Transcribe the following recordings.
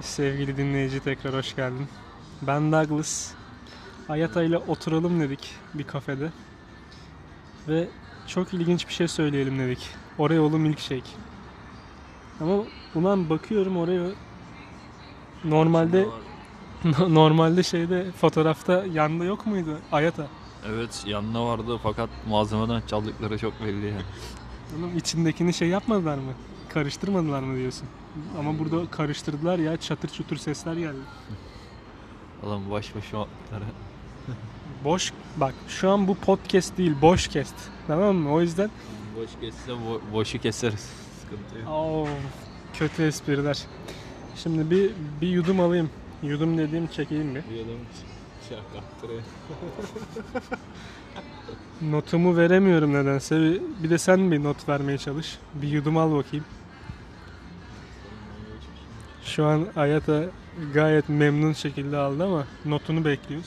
Sevgili dinleyici tekrar hoş geldin. Ben Douglas. Ayata ile oturalım dedik bir kafede. Ve çok ilginç bir şey söyleyelim dedik. Oreo'lu milkshake. Ama ulan bakıyorum oraya normalde normalde şeyde fotoğrafta yanında yok muydu Ayata? Evet, yanına vardı fakat malzemeden çaldıkları çok belli ya. Oğlum içindekini şey yapmadılar mı? Karıştırmadılar mı diyorsun? Ama burada karıştırdılar ya, çatır çutur sesler geldi. Adam baş başa attılar. Boş bak, şu an bu podcast değil, boş kest. Tamam mı? O yüzden Boş kesse boşu keseriz. Sıkıntı yok. oo, kötü espriler. Şimdi bir yudum alayım. Yudum dediğim çekeyim bir. Bir adam çakattırıyor. Notumu veremiyorum nedense. Bir de sen bir not vermeye çalış. Bir yudum al bakayım. Şu an Ayata gayet memnun şekilde aldı ama notunu bekliyoruz.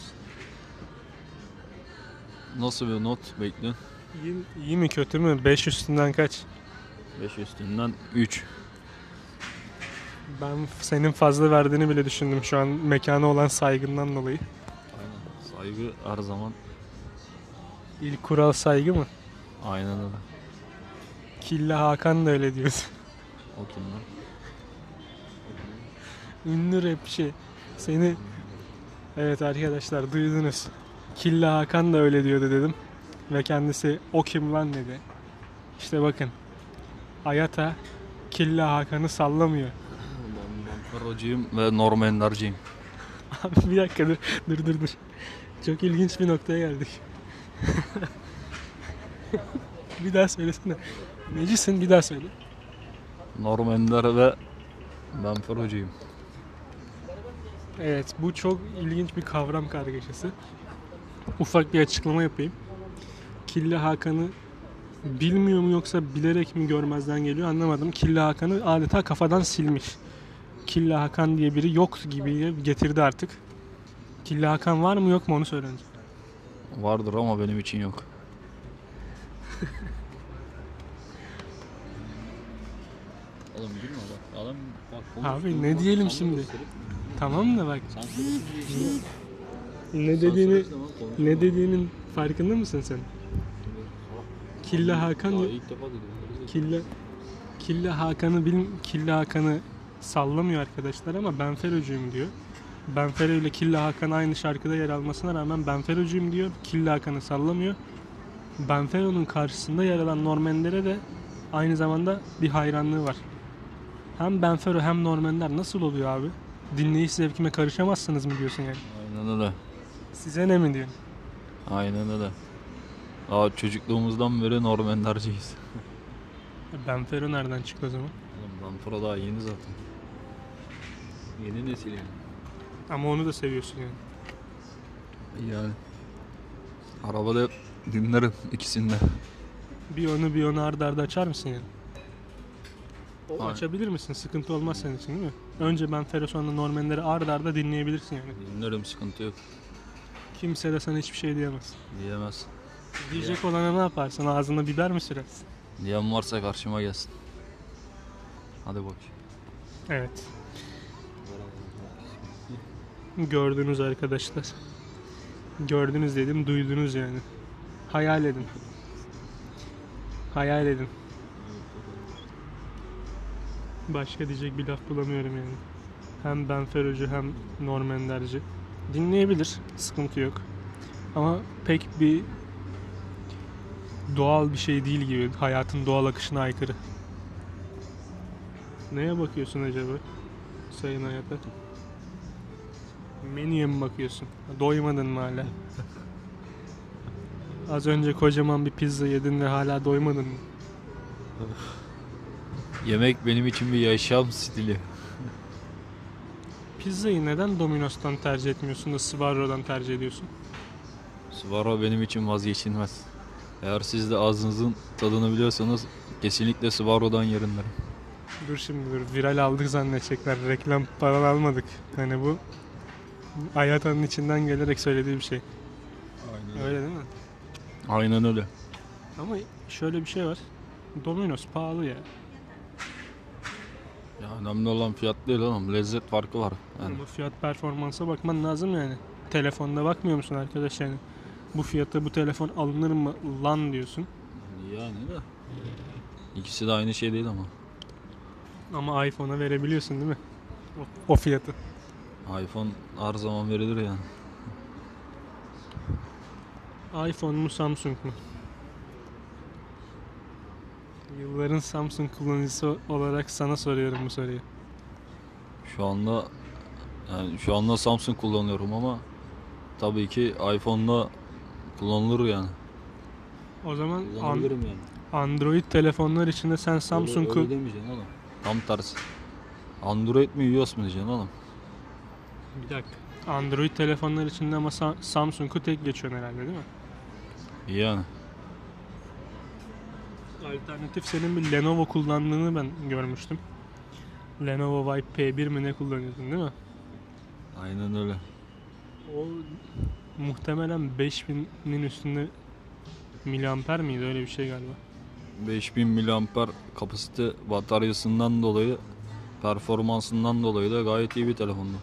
Nasıl bir not bekliyorsun? İyi mi kötü mü? 5 üstünden kaç? 5 üstünden 3. Ben senin fazla verdiğini bile düşündüm şu an mekana olan saygından dolayı. Aynen. Saygı her zaman. İlk kural saygı mı? Aynen öyle. Killa Hakan da öyle diyordu. O kim lan? Ünlü rapçi. Seni... Evet arkadaşlar duydunuz. Killa Hakan da öyle diyordu dedim. Ve kendisi o kim lan dedi. İşte bakın. Ayata Killa Hakan'ı sallamıyor. Ben Ferrocuyum ve Norm Ender'ciyim. Abi bir dakika dur. Çok ilginç bir noktaya geldik. Bir daha söylesene. Necisin bir daha söyle. Norm Ender ve ben Ferrocuyum. Evet, bu çok ilginç bir kavram kargaşası. Ufak bir açıklama yapayım. Killa Hakan'ı bilmiyor mu yoksa bilerek mi görmezden geliyor anlamadım. Killa Hakan'ı adeta kafadan silmiş. Killa Hakan diye biri yok gibi getirdi artık. Killa Hakan var mı yok mu onu söyle önce. Vardır ama benim için yok. Oğlum gülme bak. Adam bak. Abi ne diyelim şimdi? Tamam da bak. Sen söylesene. Ne dediğinin farkında mısın sen? Killa Hakan İlk defa dedim. Killa Hakan'ı sallamıyor arkadaşlar ama ben Ferocuyum diyor. Ben Fero ile Killa Hakan aynı şarkıda yer almasına rağmen ben Ferocuyum diyor. Killa Hakan'ı sallamıyor. Ben Fero'nun karşısında yer alan Norm Ender'e de aynı zamanda bir hayranlığı var. Hem Ben Fero hem Norm Ender nasıl oluyor abi? Dinleyiş zevkime karışamazsınız mı diyorsun yani? Aynen öyle. Size ne mi diyorsun? Aynen öyle. Aa, çocukluğumuzdan beri Norm Ender'ciyiz. Ben Fero nereden çıktı o zaman? Oğlum Ben Fero daha yeni zaten. Yeni nesil yani. Ama onu da seviyorsun yani. Yani. Arabada dinlerim ikisini de. Bir onu arda arda açar mısın yani? Aynen. Açabilir misin? Sıkıntı olmaz senin için değil mi? Önce Ben Fero sonra Norm Ender'i arda arda dinleyebilirsin yani. Dinlerim, sıkıntı yok. Kimse de sana hiçbir şey diyemez. Diyemez. Diyecek olana ne yaparsın? Ağzına biber mi sürersin? Diyen varsa karşıma gelsin. Hadi bak. Evet. Gördünüz arkadaşlar. Gördünüz dedim, duydunuz yani. Hayal edin. Hayal edin. Başka diyecek bir laf bulamıyorum yani. Hem Ben Ferocu hem Norm Ender'ci. Dinleyebilir, sıkıntı yok. Ama pek bir doğal bir şey değil gibi. Hayatın doğal akışına aykırı. Neye bakıyorsun acaba? Sayın Hayata. Menüye mi bakıyorsun? Doymadın mı hala? Az önce kocaman bir pizza yedin ve hala doymadın mı? Yemek benim için bir yaşam stili. Pizzayı neden Domino's'tan tercih etmiyorsun da Sbarro'dan tercih ediyorsun? Sbarro benim için vazgeçilmez. Eğer siz de ağzınızın tadını biliyorsanız kesinlikle Sbarro'dan yerin derim. Dur şimdi viral aldık zannedecekler. Reklam falan almadık. Hani bu Ayata'nın içinden gelerek söylediği bir şey. Aynen Öyle değil mi? Aynen öyle. Ama şöyle bir şey var. Domino's pahalı ya. Ya önemli olan fiyat değil oğlum. Lezzet farkı var. Yani Ama fiyat performansa bakman lazım yani. Telefonda bakmıyor musun arkadaş yani? Bu fiyata bu telefon alınır mı lan diyorsun. yani de. İkisi de aynı şey değil ama. Ama iPhone'a verebiliyorsun değil mi? O fiyatı. iPhone her zaman verilir yani. iPhone mu Samsung mu? Yılların Samsung kullanıcısı olarak sana soruyorum bu soruyu. Şu anda Samsung kullanıyorum ama tabii ki iPhone'da kullanılır yani. O zaman Kullanabilirim yani. Android telefonlar içinde sen Samsung'u... Öyle demeyeceksin oğlum. Tam tersi. Android mi iOS mu diyeceksin oğlum? Bir dakika. Android telefonlar içinde ama Samsung'u tek geçiyorsun herhalde değil mi? Yani. Alternatif senin bir Lenovo kullandığını ben görmüştüm. Lenovo Vibe P1 mi ne kullanıyordun değil mi? Aynen öyle. O muhtemelen 5000'in üstünde miliamper miydi öyle bir şey galiba. 5000 miliamper kapasite bataryasından dolayı, performansından dolayı da gayet iyi bir telefondu.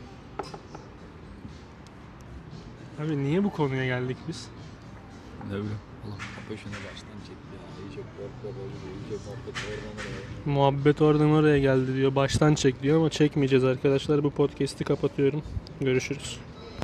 Abi niye bu konuya geldik biz? Ne bileyim. Oğlum kapı şunu baştan çek ya. İyice korkma böyle, iyice muhabbet oradan oraya. Muhabbet oradan oraya geldi diyor. Baştan çek diyor ama çekmeyeceğiz arkadaşlar. Bu podcast'i kapatıyorum. Görüşürüz.